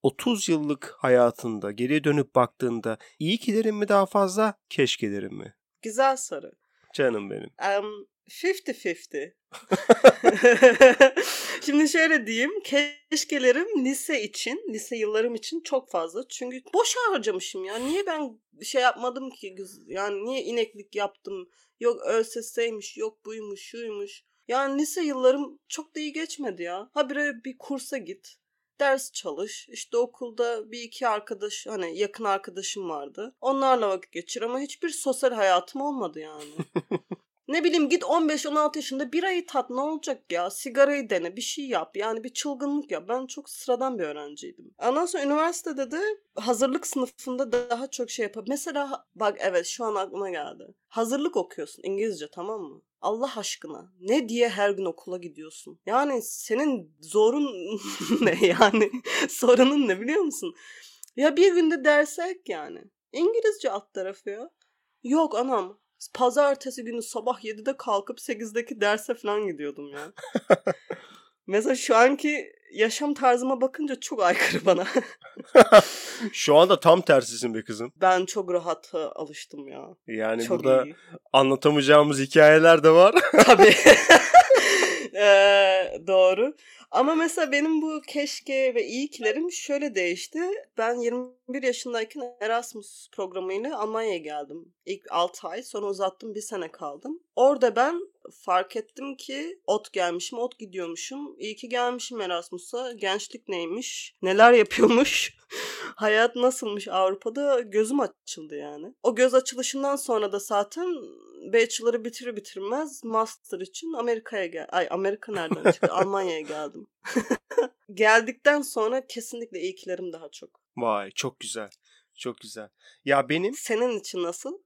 30 yıllık hayatında geriye dönüp baktığında iyi kilerin mi daha fazla, keşkelerin mi? Güzel soru. Canım benim. 50-50. Şimdi şöyle diyeyim. Keşkelerim lise yıllarım için çok fazla. Çünkü boş harcamışım ya. Niye ben şey yapmadım ki? Yani niye ineklik yaptım? Yok ÖSS'ymiş, yok buymuş, şuymuş. Yani lise yıllarım çok da iyi geçmedi ya. Habire bir kursa git. Ders çalış. İşte okulda bir iki arkadaş, hani yakın arkadaşım vardı. Onlarla vakit geçir ama hiçbir sosyal hayatım olmadı yani. Ne bileyim git 15-16 yaşında birayı tat, ne olacak ya? Sigarayı dene, bir şey yap. Yani bir çılgınlık yap. Ben çok sıradan bir öğrenciydim. Ondan sonra üniversitede de hazırlık sınıfında daha çok şey yapıp. Mesela bak evet şu an aklıma geldi. Hazırlık okuyorsun İngilizce, tamam mı? Allah aşkına ne diye her gün okula gidiyorsun? Yani senin zorun ne yani? Sorunun ne biliyor musun? Ya bir günde derse ek yani. İngilizce alt tarafı ya. Yok anam. Pazartesi günü sabah 7'de kalkıp 8'deki derse falan gidiyordum ya. Mesela şu anki yaşam tarzıma bakınca çok aykırı bana. Şu anda tam tersisin be kızım. Ben çok rahat alıştım ya. Yani çok burada iyi. Anlatamayacağımız hikayeler de var. Tabii. Doğru. Ama mesela benim bu keşke ve iyikilerim şöyle değişti. Ben 21 yaşındayken Erasmus programıyla Almanya'ya geldim. İlk 6 ay, sonra uzattım, 1 sene kaldım. Orada ben fark ettim ki ot gelmişim, ot gidiyormuşum. İyi ki gelmişim Erasmus'a. Gençlik neymiş, neler yapıyormuş, hayat nasılmış Avrupa'da, gözüm açıldı yani. O göz açılışından sonra da zaten Bachelor'ı bitirir bitirmez Master için Amerika'ya Amerika nereden çıktı? Almanya'ya geldim. Geldikten sonra kesinlikle iyikilerim daha çok. Vay çok güzel. Çok güzel. Ya benim... Senin için nasıl?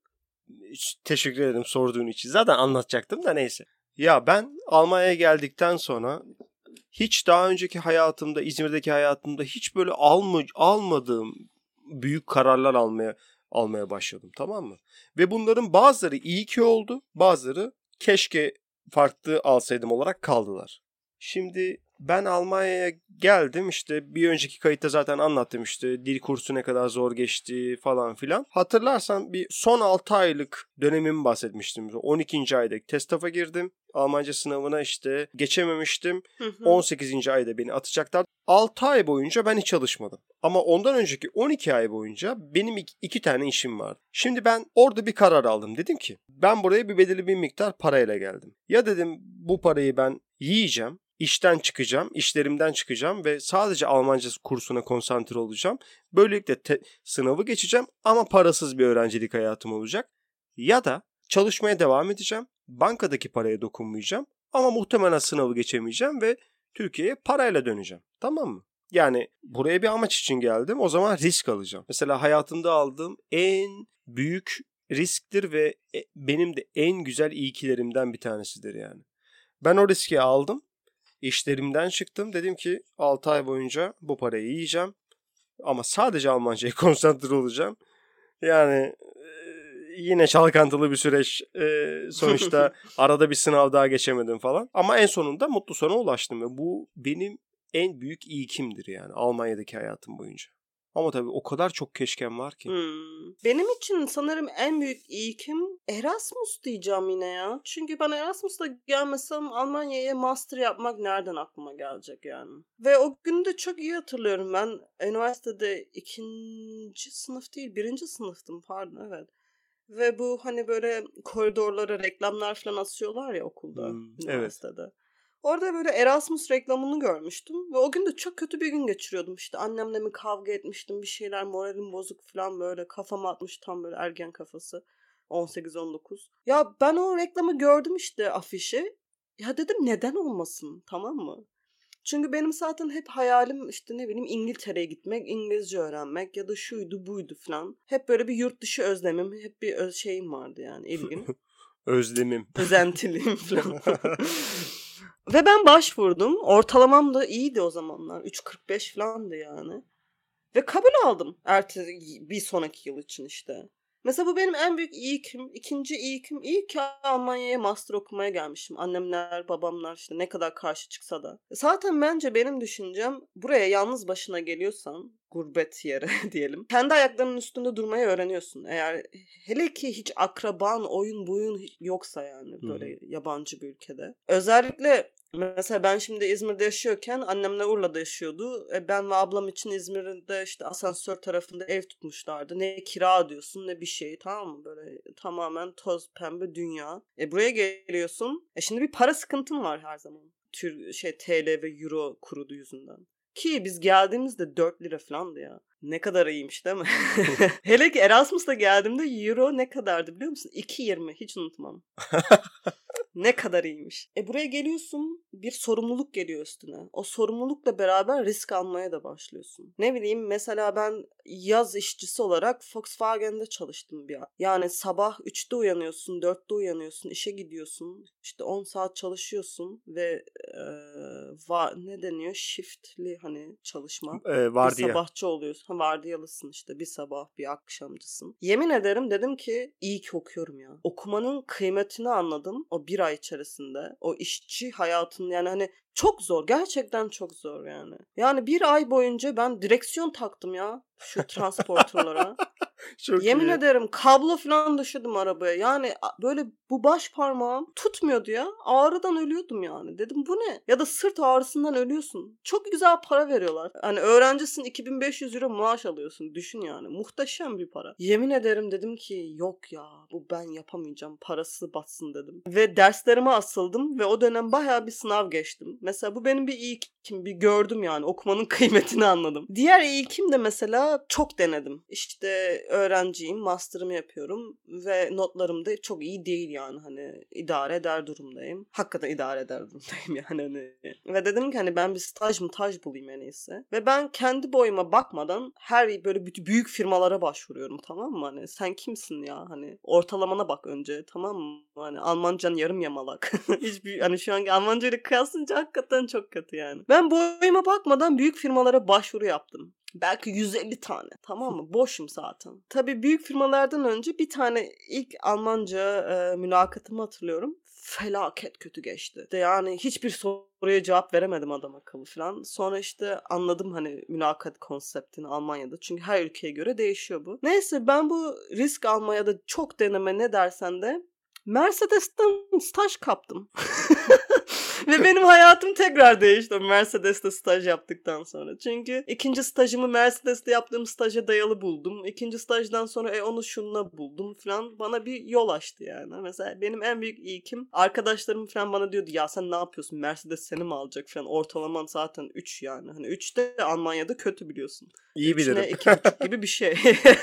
Teşekkür ederim sorduğun için. Zaten anlatacaktım da neyse. Ya ben Almanya'ya geldikten sonra hiç daha önceki hayatımda, İzmir'deki hayatımda hiç böyle almadığım büyük kararlar almaya başladım, tamam mı? Ve bunların bazıları iyi ki oldu, bazıları keşke farklı alsaydım olarak kaldılar. Şimdi ben Almanya'ya geldim, işte bir önceki kayıtta zaten anlattım, işte dil kursu ne kadar zor geçti falan filan. Hatırlarsan bir son 6 aylık dönemimi bahsetmiştim. 12. aydaki TESTAF'a girdim. Almanca sınavına işte geçememiştim. 18. ayda beni atacaklar. 6 ay boyunca ben hiç çalışmadım. Ama ondan önceki 12 ay boyunca benim 2 tane işim vardı. Şimdi ben orada bir karar aldım. Dedim ki ben buraya belirli bir miktar parayla geldim. Ya dedim bu parayı ben yiyeceğim. İşten çıkacağım, işlerimden çıkacağım ve sadece Almanca kursuna konsantre olacağım. Böylelikle sınavı geçeceğim ama parasız bir öğrencilik hayatım olacak. Ya da çalışmaya devam edeceğim. Bankadaki paraya dokunmayacağım ama muhtemelen sınavı geçemeyeceğim ve Türkiye'ye parayla döneceğim. Tamam mı? Yani buraya bir amaç için geldim. O zaman risk alacağım. Mesela hayatımda aldığım en büyük risktir ve benim de en güzel iyikilerimden bir tanesidir yani. Ben o riski aldım. İşlerimden çıktım. Dedim ki 6 ay boyunca bu parayı yiyeceğim. Ama sadece Almanca'ya konsantre olacağım. Yani yine çalkantılı bir süreç. Sonuçta arada bir sınav daha geçemedim falan. Ama en sonunda mutlu sona ulaştım. Ve bu benim en büyük iyikimdir yani Almanya'daki hayatım boyunca. Ama tabii o kadar çok keşkem var ki. Benim için sanırım en büyük iyikim Erasmus diyeceğim yine ya. Çünkü ben Erasmus'la gelmesem Almanya'ya master yapmak nereden aklıma gelecek yani. Ve o günü de çok iyi hatırlıyorum. Ben üniversitede 2. sınıf değil 1. sınıftım pardon evet. Ve bu hani böyle koridorlara reklamlar falan asıyorlar ya okulda, üniversitede. Evet. Orada böyle Erasmus reklamını görmüştüm ve o gün de çok kötü bir gün geçiriyordum. İşte annemle mi kavga etmiştim, bir şeyler, moralim bozuk falan, böyle kafama atmış tam böyle ergen kafası. 18-19. Ya ben o reklamı gördüm işte, afişi. Ya dedim neden olmasın, tamam mı? Çünkü benim zaten hep hayalim işte ne bileyim İngiltere'ye gitmek, İngilizce öğrenmek ya da şuydu buydu falan. Hep böyle bir yurt dışı özlemim, hep bir şeyim vardı yani, ilgim. Özlemim. Özentiliğim falan. Ve ben başvurdum. Ortalamam da iyiydi o zamanlar. 3.45 falandı yani. Ve kabul aldım. Bir sonraki yıl için işte. Mesela bu benim en büyük ilkim. İkinci ilkim, iyi ki Almanya'ya master okumaya gelmişim. Annemler, babamlar işte ne kadar karşı çıksa da. Zaten bence benim düşüncem, buraya yalnız başına geliyorsan, gurbet yere diyelim, kendi ayaklarının üstünde durmayı öğreniyorsun. Eğer hele ki hiç akraban, oyun buyun yoksa yani böyle yabancı bir ülkede. Özellikle mesela ben şimdi İzmir'de yaşıyorken annemle Urla'da yaşıyordu. Ben ve ablam için İzmir'de işte asansör tarafında ev tutmuşlardı. Ne kira ödüyorsun ne bir şey, tamam mı? Böyle tamamen toz pembe dünya. Buraya geliyorsun. Şimdi bir para sıkıntın var her zaman. TL ve euro kuru yüzünden. Ki biz geldiğimizde 4 lira falandı ya. Ne kadar iyiymiş değil mi? Hele ki Erasmus'ta geldiğimde euro ne kadardı biliyor musun? 2.20, hiç unutmam. Ne kadar iyiymiş. Buraya geliyorsun, bir sorumluluk geliyor üstüne. O sorumlulukla beraber risk almaya da başlıyorsun. Ne bileyim, mesela ben yaz işçisi olarak Volkswagen'de çalıştım bir ay. Yani sabah 3'te uyanıyorsun, 4'te uyanıyorsun, işe gidiyorsun. İşte 10 saat çalışıyorsun ve ne deniyor? Shiftli hani çalışma. Vardiya. Bir sabahçı oluyorsun. Vardiyalısın işte, bir sabah bir akşamcısın. Yemin ederim dedim ki iyi ki okuyorum ya. Okumanın kıymetini anladım o bir ay içerisinde. O işçi hayatının, yani hani çok zor. Gerçekten çok zor yani. Yani bir ay boyunca ben direksiyon taktım ya şu transporterlara. Çok Yemin iyi. ederim kablo falan döşedim arabaya. Yani böyle bu baş parmağım tutmuyordu ya. Ağrıdan ölüyordum yani. Dedim bu ne? Ya da sırt ağrısından ölüyorsun. Çok güzel para veriyorlar. Hani öğrencisin, 2.500 euro maaş alıyorsun. Düşün yani. Muhteşem bir para. Yemin ederim dedim ki yok ya, bu ben yapamayacağım. Parası batsın dedim. Ve derslerime asıldım ve o dönem bayağı bir sınav geçtim. Mesela bu benim bir ilkim. Bir gördüm yani. Okumanın kıymetini anladım. Diğer ilkim de mesela çok denedim. İşte öğrenciyim, master'ımı yapıyorum ve notlarım da çok iyi değil yani, hani idare eder durumdayım. Hakikaten idare eder durumdayım yani hani. Ve dedim ki hani ben bir staj bulayım en iyisi. Ve ben kendi boyuma bakmadan her böyle büyük firmalara başvuruyorum, tamam mı? Hani sen kimsin ya, hani ortalamana bak önce, tamam mı? Hani Almancan yarım yamalak. Hiçbir hani şu anki Almancayla kıyaslayınca hakikaten çok kötü yani. Ben boyuma bakmadan büyük firmalara başvuru yaptım. Belki 150 tane. Tamam mı? Boşum zaten. Tabii büyük firmalardan önce bir tane ilk Almanca mülakatımı hatırlıyorum. Felaket kötü geçti. Yani hiçbir soruya cevap veremedim adam akıllı falan. Sonra işte anladım hani mülakat konseptini Almanya'da. Çünkü her ülkeye göre değişiyor bu. Neyse, ben bu risk almaya da çok deneme ne dersen de Mercedes'ten staj kaptım. Ve benim hayatım tekrar değişti o Mercedes'te staj yaptıktan sonra. Çünkü ikinci stajımı Mercedes'te yaptığım staja dayalı buldum. İkinci stajdan sonra onu şununla buldum falan. Bana bir yol açtı yani. Mesela benim en büyük ilkim, arkadaşlarım falan bana diyordu ya sen ne yapıyorsun, Mercedes seni mi alacak falan. Ortalaman zaten 3 yani. Hani 3 de Almanya'da kötü biliyorsun. İyi bilirim. 2,5 gibi bir şey.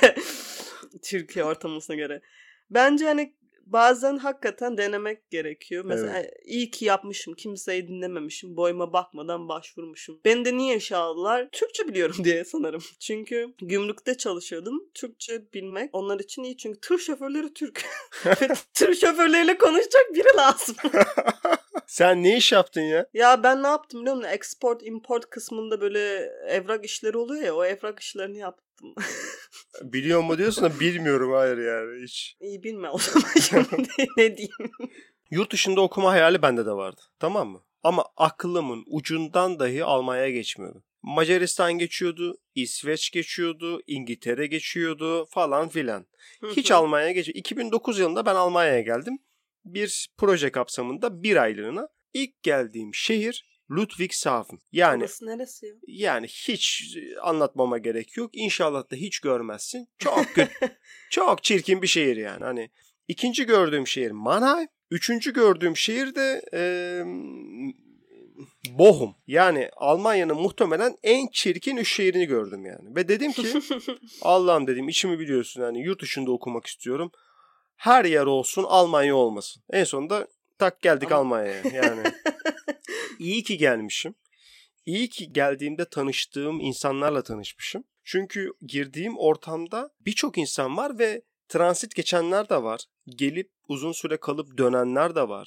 Türkiye ortalamasına göre. Bence hani bazen hakikaten denemek gerekiyor. Mesela iyi ki yapmışım. Kimseyi dinlememişim. Boyuma bakmadan başvurmuşum. Beni de niye işe aldılar? Türkçe biliyorum diye sanırım. Çünkü gümrükte çalışıyordum. Türkçe bilmek onlar için iyi. Çünkü tır şoförleri Türk. Ve tır şoförleriyle konuşacak biri lazım. Sen ne iş yaptın ya? Ya ben ne yaptım biliyor musun? Export import kısmında böyle evrak işleri oluyor ya. O evrak işlerini yaptım. Biliyor mu diyorsun da bilmiyorum, hayır yani hiç. İyi bilme o zaman şimdi ne diyeyim. Yurt dışında okuma hayali bende de vardı, tamam mı? Ama aklımın ucundan dahi Almanya'ya geçmiyordu. Macaristan geçiyordu, İsveç geçiyordu, İngiltere geçiyordu falan filan. Hiç Almanya'ya geçiyordu. 2009 yılında ben Almanya'ya geldim. Bir proje kapsamında bir aylığına. İlk geldiğim şehir Ludwigshafen. Yani orası neresi ya? Yani hiç anlatmama gerek yok. İnşallah da hiç görmezsin. Çok çok çirkin bir şehir yani. Hani ikinci gördüğüm şehir Mannheim. Üçüncü gördüğüm şehir de Bochum. Yani Almanya'nın muhtemelen en çirkin 3 şehrini gördüm yani. Ve dedim ki Allah'ım dedim, içimi biliyorsun yani, yurt dışında okumak istiyorum. Her yer olsun, Almanya olmasın. En sonunda tak geldik Almanya'ya yani. İyi ki gelmişim. İyi ki geldiğimde tanıştığım insanlarla tanışmışım. Çünkü girdiğim ortamda birçok insan var ve transit geçenler de var. Gelip uzun süre kalıp dönenler de var.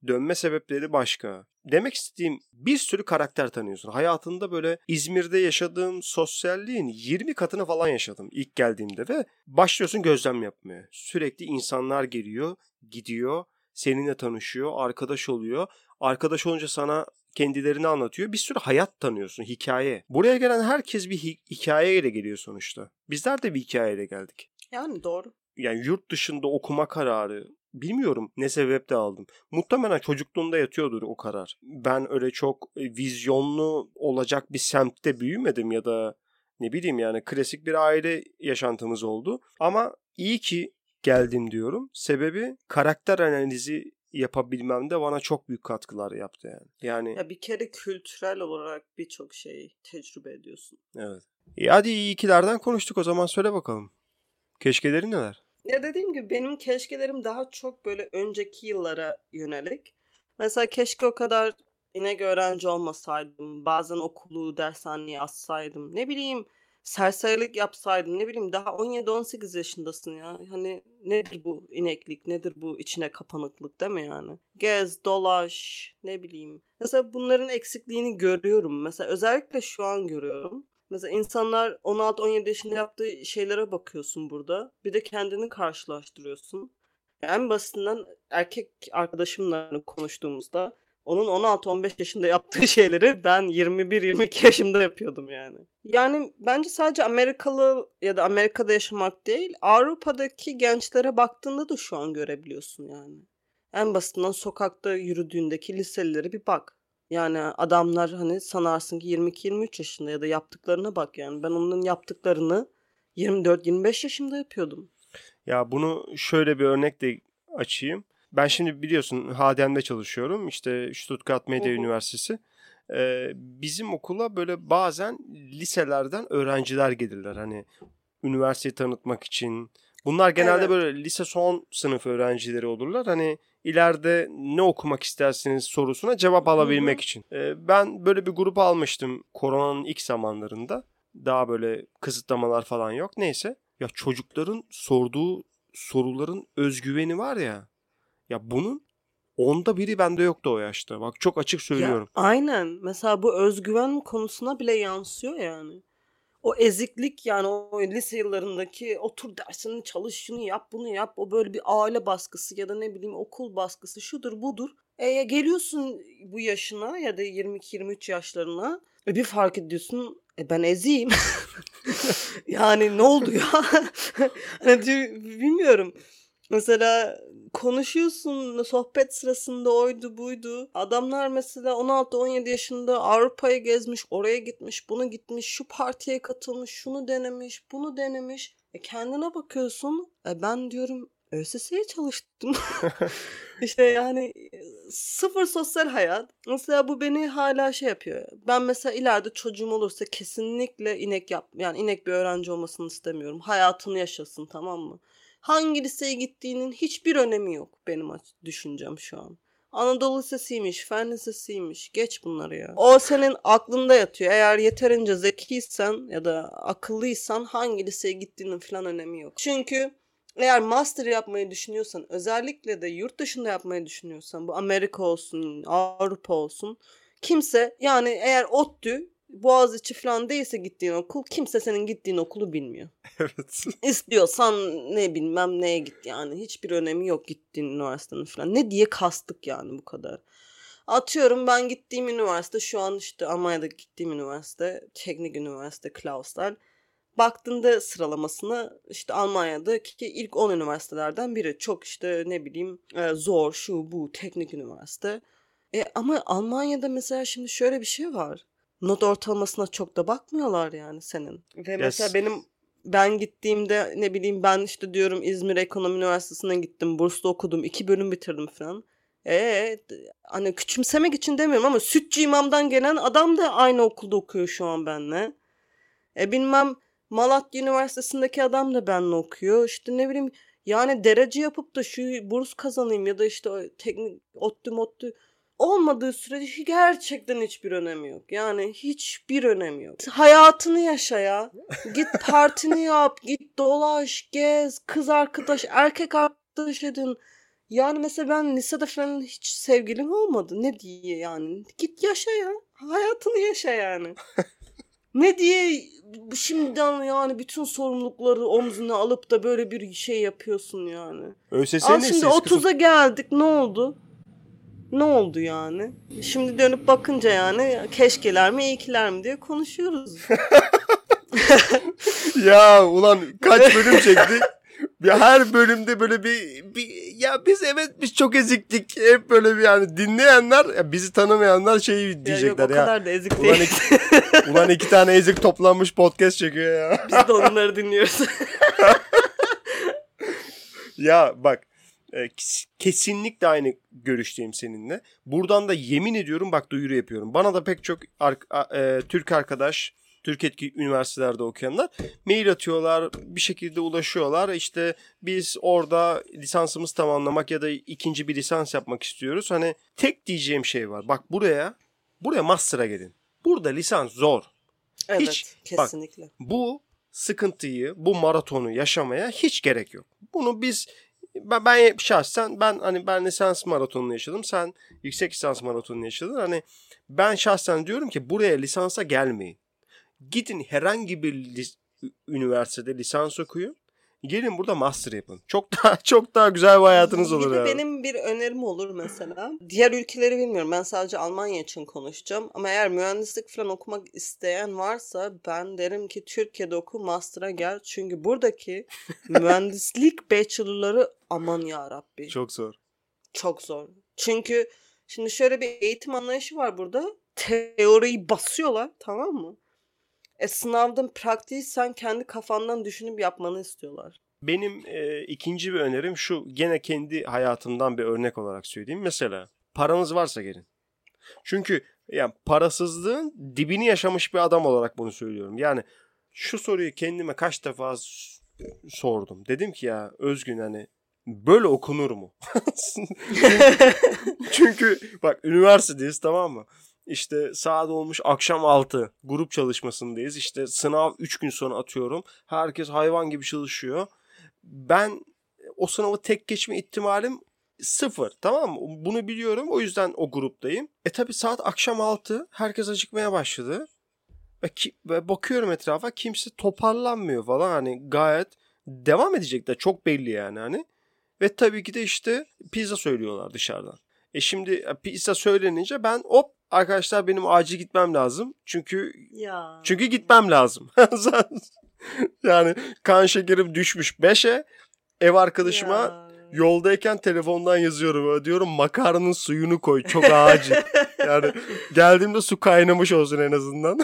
Dönme sebepleri başka. Demek istediğim bir sürü karakter tanıyorsun. Hayatında böyle İzmir'de yaşadığım sosyalliğin 20 katını falan yaşadım ilk geldiğimde ve başlıyorsun gözlem yapmaya. Sürekli insanlar geliyor, gidiyor, seninle tanışıyor, arkadaş oluyor. Arkadaş olunca sana kendilerini anlatıyor. Bir sürü hayat tanıyorsun, hikaye. Buraya gelen herkes bir hikayeyle geliyor sonuçta. Bizler de bir hikayeyle geldik. Yani doğru. Yani yurt dışında okuma kararı bilmiyorum ne sebeple aldım. Muhtemelen çocukluğumda yatıyordur o karar. Ben öyle çok vizyonlu olacak bir semtte büyümedim ya da ne bileyim yani klasik bir aile yaşantımız oldu. Ama iyi ki geldim diyorum. Sebebi karakter analizi yapabilmemde bana çok büyük katkılar yaptı yani. Yani ya bir kere kültürel olarak birçok şey tecrübe ediyorsun. evet. Hadi iyi ikilerden konuştuk o zaman söyle bakalım. Keşkelerin neler? Ya dediğim gibi benim keşkelerim daha çok böyle önceki yıllara yönelik. Mesela keşke o kadar inek öğrenci olmasaydım. Bazen okulu, dershaneyi assaydım. Ne bileyim serserilik yapsaydım. Ne bileyim daha 17-18 yaşındasın ya. Hani nedir bu ineklik, nedir bu içine kapanıklık değil mi yani? Gez, dolaş, ne bileyim. Mesela bunların eksikliğini görüyorum. Mesela özellikle şu an görüyorum. Mesela insanlar 16-17 yaşında yaptığı şeylere bakıyorsun burada. Bir de kendini karşılaştırıyorsun. En basitinden erkek arkadaşımla konuştuğumuzda onun 16-15 yaşında yaptığı şeyleri ben 21-22 yaşımda yapıyordum yani. Yani bence sadece Amerikalı ya da Amerika'da yaşamak değil, Avrupa'daki gençlere baktığında da şu an görebiliyorsun yani. En basitinden sokakta yürüdüğündeki liselilere bir bak. Yani adamlar hani sanarsın ki 22-23 yaşında ya da yaptıklarına bak yani. Ben onların yaptıklarını 24-25 yaşında yapıyordum. Ya bunu şöyle bir örnekle açayım. Ben şimdi biliyorsun HDM'de çalışıyorum. İşte Stuttgart Hı Medya hı. Üniversitesi. Bizim okula böyle bazen liselerden öğrenciler gelirler. Hani üniversiteyi tanıtmak için. Bunlar genelde Evet. böyle lise son sınıf öğrencileri olurlar. Hani ileride ne okumak istersiniz sorusuna cevap Hı alabilmek hı. için. Ben böyle bir grup almıştım koronanın ilk zamanlarında. Daha böyle kısıtlamalar falan yok. Neyse. Ya çocukların sorduğu soruların özgüveni var ya. Ya bunun onda biri bende yoktu o yaşta. Bak çok açık Ya söylüyorum. aynen. Mesela bu özgüven konusuna bile yansıyor yani. O eziklik yani o lise yıllarındaki otur dersini çalış şunu yap bunu yap. O böyle bir aile baskısı ya da ne bileyim okul baskısı şudur budur. Geliyorsun bu yaşına ya da 22-23 yaşlarına bir fark ediyorsun ben eziyim. Yani ne oldu ya? Hani bilmiyorum. Mesela konuşuyorsun sohbet sırasında oydu buydu. Adamlar mesela 16-17 yaşında Avrupa'yı gezmiş, oraya gitmiş, bunu gitmiş, şu partiye katılmış, şunu denemiş, bunu denemiş. Kendine bakıyorsun. Ben diyorum ÖSS'ye çalıştım. İşte yani sıfır sosyal hayat. Mesela bu beni hala şey yapıyor. Ben mesela ileride çocuğum olursa kesinlikle yani inek bir öğrenci olmasını istemiyorum. Hayatını yaşasın, tamam mı? Hangi liseye gittiğinin hiçbir önemi yok benim düşüncem şu an. Anadolu Lisesi'ymiş, Fen Lisesi'ymiş. Geç bunları ya. O senin aklında yatıyor. Eğer yeterince zekiysen ya da akıllıysan hangi liseye gittiğinin falan önemi yok. Çünkü eğer master yapmayı düşünüyorsan, özellikle de yurt dışında yapmayı düşünüyorsan, bu Amerika olsun, Avrupa olsun, kimse yani eğer ODTÜ, Boğaziçi falan değilse gittiğin okul, kimse senin gittiğin okulu bilmiyor. Evet. İstiyorsan ne bilmem neye git yani. Hiçbir önemi yok gittiğin üniversitenin falan. Ne diye kastık yani bu kadar. Atıyorum ben gittiğim üniversite şu an işte Almanya'da gittiğim üniversite Teknik Üniversite Clausthal. Baktığında sıralamasına işte Almanya'daki ilk 10 üniversitelerden biri. Çok işte ne bileyim zor şu bu teknik üniversite. Ama Almanya'da mesela şimdi şöyle bir şey var. Not ortalamasına çok da bakmıyorlar yani senin. Ve mesela Yes. ben gittiğimde ne bileyim ben işte diyorum İzmir Ekonomi Üniversitesi'ne gittim. Burslu okudum. 2 bölüm bitirdim falan. Hani küçümsemek için demiyorum ama Sütçü İmam'dan gelen adam da aynı okulda okuyor şu an benimle. Bilmem Malatya Üniversitesi'ndeki adam da benimle okuyor. İşte ne bileyim yani derece yapıp da şu burs kazanayım ya da işte o teknik ODTÜ olmadığı sürece gerçekten hiçbir önemi yok. Yani hiçbir önemi yok. Hayatını yaşa ya. Git partini yap, git dolaş, gez, kız arkadaş, erkek arkadaş edin. Yani mesela ben lisede falan hiç sevgilim olmadı. Ne diye yani? Git yaşa ya. Hayatını yaşa yani. Ne diye şimdiden yani bütün sorumlulukları omzuna alıp da böyle bir şey yapıyorsun yani. ÖSS Al ne şimdi eski kızım? 30'a geldik, ne oldu? Ne oldu yani? Şimdi dönüp bakınca yani keşkeler mi iyikiler mi diye konuşuyoruz. Ya ulan kaç bölüm çektik. Her bölümde böyle bir ya biz çok eziktik. Hep böyle bir yani dinleyenler ya bizi tanımayanlar şey Ya yok, diyecekler o ya. kadar da ezik Ulan değil. ulan iki tane ezik toplanmış podcast çekiyor ya. Biz de onları dinliyoruz. Ya bak kesinlikle aynı görüşteyim seninle. Buradan da yemin ediyorum bak duyuru yapıyorum. Bana da pek çok Türk arkadaş, Türk etki üniversitelerde okuyanlar mail atıyorlar, bir şekilde ulaşıyorlar. İşte biz orada lisansımız tamamlamak ya da ikinci bir lisans yapmak istiyoruz. Hani tek diyeceğim şey var. Bak buraya master'a gelin. Burada lisans zor. Evet, Hiç, kesinlikle. Bak, bu sıkıntıyı, bu maratonu yaşamaya hiç gerek yok. Bunu ben şahsen ben lisans maratonunu yaşadım. Sen yüksek lisans maratonunu yaşadın. Hani ben şahsen diyorum ki buraya lisansa gelmeyin. Gidin herhangi bir üniversitede lisans okuyun. Gelin burada master yapın. Çok daha güzel bir hayatınız olur Bir de yani. benim bir önerim olur mesela. Diğer ülkeleri bilmiyorum. Ben sadece Almanya için konuşacağım. Ama eğer mühendislik falan okumak isteyen varsa ben derim ki Türkiye'de oku, master'a gel. Çünkü buradaki mühendislik bachelor'ları aman yarabbi. Çok zor. Çok zor. Çünkü şimdi şöyle bir eğitim anlayışı var burada. Teoriyi basıyorlar, tamam mı? Sınavdan pratiği sen kendi kafandan düşünüp yapmanı istiyorlar. Benim ikinci bir önerim şu. Gene kendi hayatımdan bir örnek olarak söyleyeyim. Mesela paranız varsa gelin. Çünkü yani parasızlığın dibini yaşamış bir adam olarak bunu söylüyorum. Yani şu soruyu kendime kaç defa sordum. Dedim ki ya Özgün hani böyle okunur mu? çünkü bak üniversitedeyiz, tamam mı? İşte saat olmuş akşam 6 grup çalışmasındayız. İşte sınav 3 gün sonra atıyorum. Herkes hayvan gibi çalışıyor. Ben o sınavı tek geçme ihtimalim 0, tamam mı? Bunu biliyorum, o yüzden o gruptayım. Tabi saat akşam 6, herkes acıkmaya başladı. Ve bakıyorum etrafa, kimse toparlanmıyor falan, hani gayet devam edecekler, çok belli yani hani. Ve tabii ki de işte pizza söylüyorlar dışarıdan. Şimdi pizza söylenince ben hop arkadaşlar benim acil gitmem lazım. Çünkü gitmem lazım. Yani kan şekerim düşmüş 5'e. Ev arkadaşıma yoldayken telefondan yazıyorum. Diyorum makarnanın suyunu koy, çok acil. Yani geldiğimde su kaynamış olsun en azından.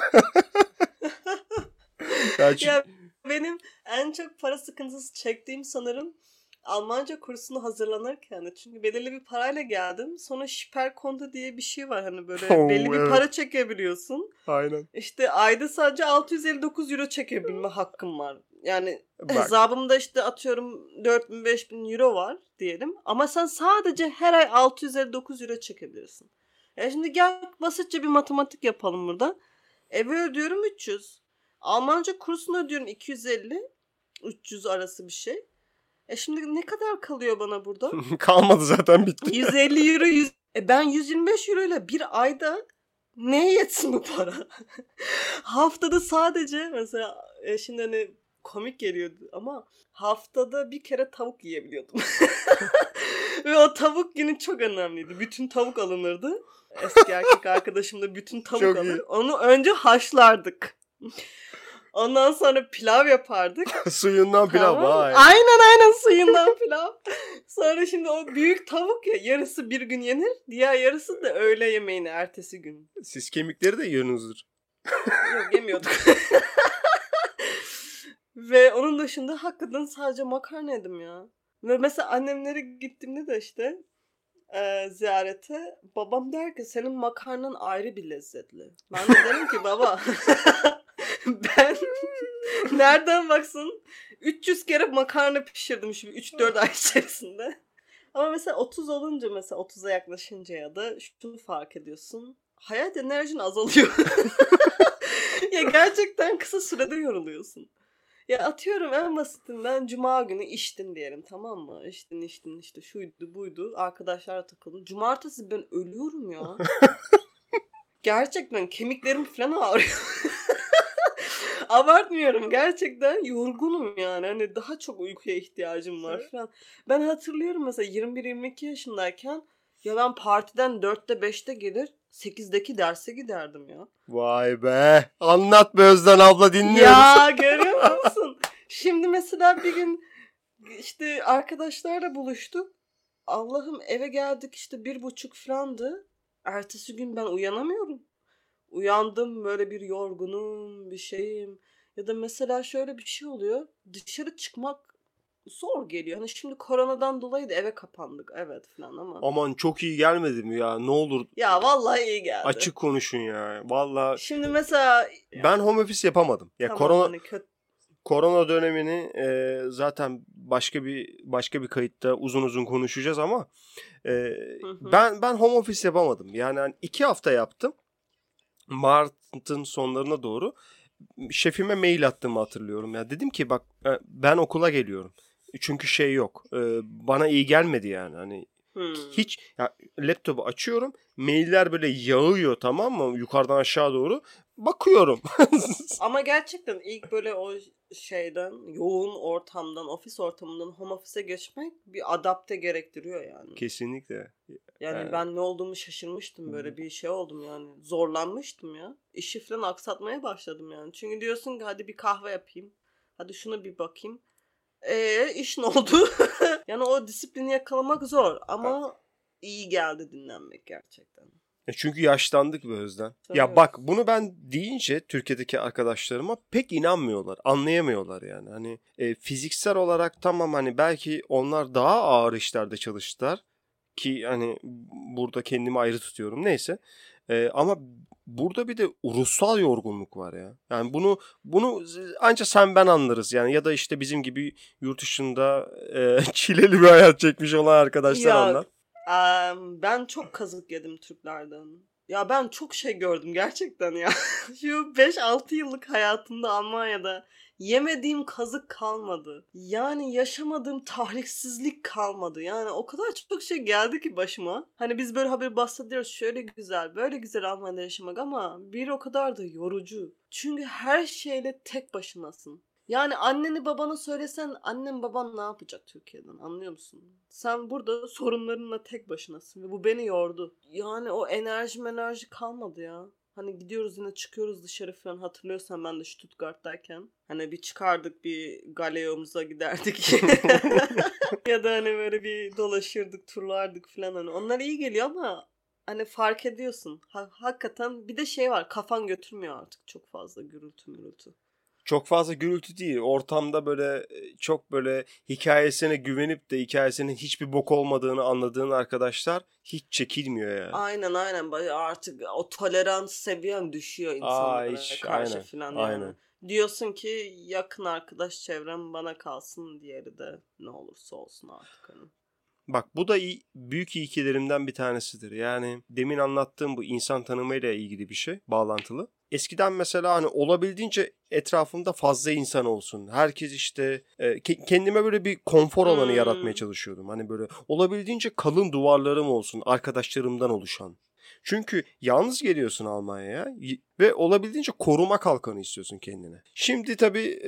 Ya benim en çok para sıkıntısı çektiğim sanırım Almanca kursuna hazırlanırken. Çünkü belirli bir parayla geldim. Sonra Sperrkonto diye bir şey var. Hani böyle belli bir para çekebiliyorsun. Aynen. İşte ayda sadece 659 euro çekebilme hakkım var. Yani hesabımda işte atıyorum 4000-5000 euro var diyelim. Ama sen sadece her ay 659 euro çekebilirsin. Şimdi gel basitçe bir matematik yapalım burada. Eve ödüyorum 300. Almanca kursunu ödüyorum 250-300 arası bir şey. Şimdi ne kadar kalıyor bana burada? Kalmadı zaten, bitti. 150 euro. Ben 125 euro ile bir ayda neye yetsin bu para? Haftada sadece mesela şimdi hani komik geliyordu ama haftada bir kere tavuk yiyebiliyordum. Ve o tavuk günü çok önemliydi. Bütün tavuk alınırdı. Eski erkek arkadaşım da bütün tavuk alır. Onu önce haşlardık. Ondan sonra pilav yapardık. Suyundan pilav. Tamam. Vay. Aynen suyundan pilav. Sonra şimdi o büyük tavuk ya, yarısı bir gün yenir. Diğer yarısı da öğle yemeğine ertesi gün. Siz kemikleri de yiyorsunuzdur. Yok, yemiyorduk. Ve onun dışında hakikaten sadece makarna yedim ya. Ve mesela annemlere gittiğimde de işte ziyarete babam der ki senin makarnan ayrı bir lezzetli. Ben de derim ki baba ben nereden baksın 300 kere makarna pişirdim şimdi 3-4 ay içerisinde. Ama mesela 30 olunca, mesela 30'a yaklaşınca ya da şunu fark ediyorsun. Hayat enerjin azalıyor. Ya gerçekten kısa sürede yoruluyorsun. Ya atıyorum en basitinden cuma günü içtin diyelim, tamam mı? İçtin işte şuydu buydu. Arkadaşlarla takıldın. Cumartesi ben ölüyorum ya. Gerçekten kemiklerim falan ağrıyor. Abartmıyorum, gerçekten yorgunum yani. Hani daha çok uykuya ihtiyacım var falan. Ben hatırlıyorum mesela 21-22 yaşındayken ya ben partiden 4'te 5'te gelir 8'deki derse giderdim ya. Vay be. Anlat be Özden abla, dinliyoruz. Ya görüyor musun? Şimdi mesela bir gün işte arkadaşlarla buluştuk. Allah'ım eve geldik işte 1:30 falandı. Ertesi gün ben uyanamıyorum. Uyandım böyle bir yorgunum, bir şeyim. Ya da mesela şöyle bir şey oluyor. Dışarı çıkmak zor geliyor. Hani şimdi koronadan dolayı da eve kapandık. Evet falan ama. Aman çok iyi gelmedi mi ya? Ne olur Ya vallahi iyi geldi. açık konuşun ya. Vallahi Şimdi mesela ben home office yapamadım. Ya tamam, hani kötü. korona dönemini zaten başka bir kayıtta uzun uzun konuşacağız ama ben home office yapamadım. Yani hani 2 hafta yaptım. Mart'ın sonlarına doğru şefime mail attığımı hatırlıyorum. Ya dedim ki bak ben okula geliyorum. Çünkü şey yok. Bana iyi gelmedi yani. Hani hiç ya, laptopu açıyorum. Mailler böyle yağıyor, tamam mı? Yukarıdan aşağı doğru. Bakıyorum. Ama gerçekten ilk böyle o şeyden, yoğun ortamdan, ofis ortamından home office'e geçmek bir adapte gerektiriyor yani. Kesinlikle. Yani ben ne olduğumu şaşırmıştım, böyle bir şey oldum yani. Zorlanmıştım ya. İşi falan aksatmaya başladım yani. Çünkü diyorsun ki hadi bir kahve yapayım. Hadi şuna bir bakayım. İş ne oldu? Yani o disiplini yakalamak zor ama iyi geldi dinlenmek gerçekten. Çünkü yaşlandık be Özden. Tabii. Ya bak, bunu ben deyince Türkiye'deki arkadaşlarıma pek inanmıyorlar. Anlayamıyorlar yani. Hani fiziksel olarak tamam, hani belki onlar daha ağır işlerde çalıştılar. Ki hani burada kendimi ayrı tutuyorum. Neyse. Ama burada bir de ruhsal yorgunluk var ya. Yani bunu ancak sen ben anlarız yani, ya da işte bizim gibi yurt dışında çileli bir hayat çekmiş olan arkadaşlar anlar. Ben çok kazık yedim Türklerden. Ya ben çok şey gördüm gerçekten ya. Şu 5-6 yıllık hayatımda Almanya'da yemediğim kazık kalmadı. Yani yaşamadığım talihsizlik kalmadı. Yani o kadar çok şey geldi ki başıma. Hani biz böyle haber bahsediyoruz, şöyle güzel, böyle güzel Almanya'da yaşamak, ama bir o kadar da yorucu. Çünkü her şeyle tek başınasın. Yani anneni babana söylesen annen baban ne yapacak Türkiye'den, anlıyor musun? Sen burada sorunlarınla tek başınasın ve bu beni yordu. Yani o enerji kalmadı ya. Hani gidiyoruz yine, çıkıyoruz dışarı falan, hatırlıyorsan ben de Stuttgart'tayken. Hani bir çıkardık, bir galeomuza giderdik. Ya da hani böyle bir dolaşırdık, turlardık falan, hani onlar iyi geliyor ama hani fark ediyorsun. Hakikaten bir de şey var, kafan götürmüyor artık çok fazla gürültü. Çok fazla gürültü değil. Ortamda böyle çok böyle hikayesine güvenip de hikayesinin hiçbir bok olmadığını anladığın arkadaşlar hiç çekilmiyor yani. Aynen. Artık o tolerans seviyen düşüyor insanlara karşı falan yani. Aynen. Diyorsun ki yakın arkadaş çevrem bana kalsın, diğeri de ne olursa olsun artık hani. Bak, bu da büyük ilkelerimden bir tanesidir. Yani demin anlattığım bu insan tanımayla ilgili bir şey, bağlantılı. Eskiden mesela hani olabildiğince etrafımda fazla insan olsun. Herkes işte kendime böyle bir konfor alanı yaratmaya çalışıyordum. Hani böyle olabildiğince kalın duvarlarım olsun, arkadaşlarımdan oluşan. Çünkü yalnız geliyorsun Almanya'ya ve olabildiğince koruma kalkanı istiyorsun kendine. Şimdi tabii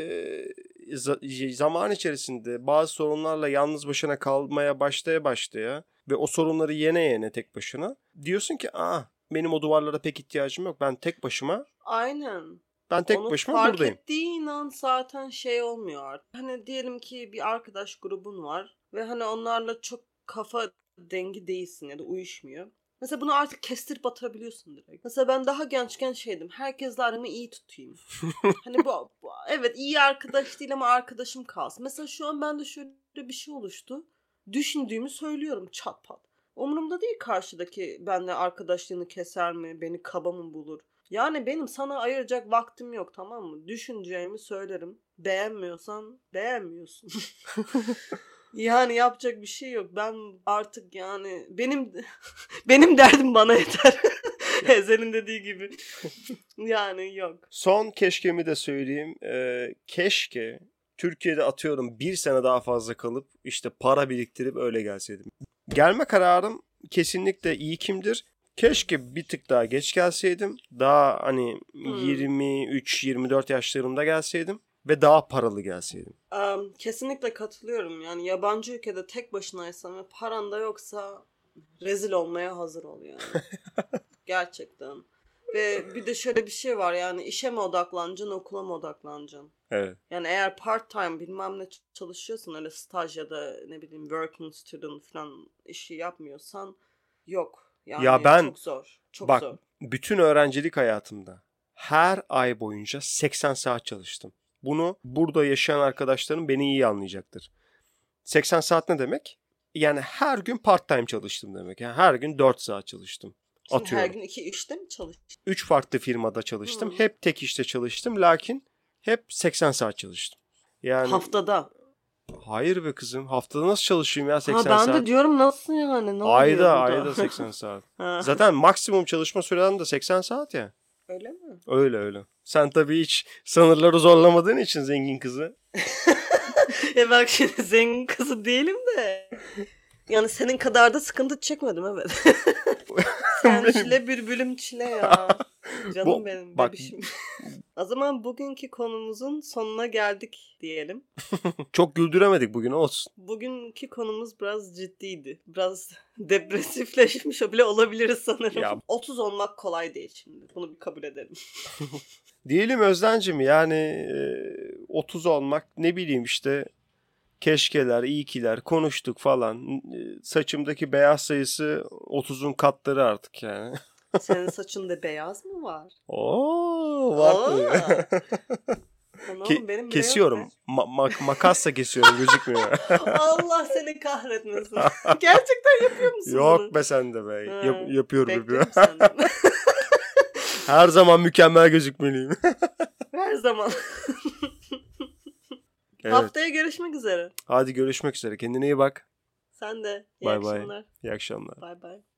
zaman içerisinde bazı sorunlarla yalnız başına kalmaya başlaya ve o sorunları yene tek başına diyorsun ki benim o duvarlara pek ihtiyacım yok. Ben tek başıma. Aynen. Ben tek onu başıma buradayım. Fark ettiğin an zaten şey olmuyor artık. Hani diyelim ki bir arkadaş grubun var ve hani onlarla çok kafa dengi değilsin ya da uyuşmuyor. Mesela bunu artık kestirip atabiliyorsun direkt. Mesela ben daha gençken şeydim. Herkesle aramı iyi tutayım. Hani bu evet iyi arkadaş değil ama arkadaşım kalsın. Mesela şu an bende şöyle bir şey oluştu. Düşündüğümü söylüyorum çat pat. Umurumda değil karşıdaki benimle arkadaşlığını keser mi, beni kaba mı bulur. Yani benim sana ayıracak vaktim yok, tamam mı? Düşüneceğimi söylerim. Beğenmiyorsan beğenmiyorsun. Yani yapacak bir şey yok. Ben artık yani benim derdim bana yeter. Ezel'in dediği gibi. Yani yok. Son keşkemi de söyleyeyim. Keşke Türkiye'de atıyorum bir sene daha fazla kalıp işte para biriktirip öyle gelseydim. Gelme kararım kesinlikle iyi kimdir. Keşke bir tık daha geç gelseydim. Daha hani 23-24 yaşlarımda gelseydim ve daha paralı gelseydim. Kesinlikle katılıyorum. Yani yabancı ülkede tek başınaysan ve paran da yoksa rezil olmaya hazır ol yani. Gerçekten. Ve bir de şöyle bir şey var, yani işe mi odaklanacaksın, okula mı odaklanacaksın? Evet. Yani eğer part time bilmem ne çalışıyorsan, öyle staj ya da ne bileyim working student falan işi yapmıyorsan yok. Yani Ya ben çok zor. Çok bak zor. bütün öğrencilik hayatımda her ay boyunca 80 saat çalıştım. Bunu burada yaşayan arkadaşlarım beni iyi anlayacaktır. 80 saat ne demek? Yani her gün part time çalıştım demek. Yani her gün 4 saat çalıştım. Şimdi Atıyorum. her gün 2 işte mi çalıştın? 3 farklı firmada çalıştım. Hep tek işte çalıştım. Lakin hep 80 saat çalıştım. Yani Haftada. hayır be kızım. Haftada nasıl çalışayım ya 80 Ben saat? de diyorum nasıl yani? Ne oluyor Ayda burada? 80 saat. Zaten maksimum çalışma sürem de 80 saat ya. Öyle mi? Öyle. Sen tabii hiç sınırları zorlamadığın için zengin kızı. Bak şimdi zengin kızı değilim de. Yani senin kadar da sıkıntı çekmedim, evet. Sen çile bülbülüm çile ya. Canım benim bebişim. O zaman bugünkü konumuzun sonuna geldik diyelim. Çok güldüremedik bugün, olsun. Bugünkü konumuz biraz ciddiydi. Biraz depresifleşmiş bile olabiliriz sanırım. Ya. 30 olmak kolay değil şimdi. Bunu bir kabul edelim. Diyelim Özden'cim, yani 30 olmak, ne bileyim işte keşkeler, iyikiler konuştuk falan. Saçımdaki beyaz sayısı 30'un katları artık yani. Senin saçında beyaz mı var? Oo, var. Benim kesiyorum. Makasla kesiyorum, gözükmüyor. Allah seni kahretmesin. Gerçekten yapıyor musun Yok bunu? be sen de be. Yapıyorum. Bekliyorum senden. Her zaman mükemmel gözükmeliyim. Her zaman. Evet. Haftaya görüşmek üzere. Hadi görüşmek üzere. Kendine iyi bak. Sen de. İyi Bye akşamlar. İyi akşamlar. Bye bye.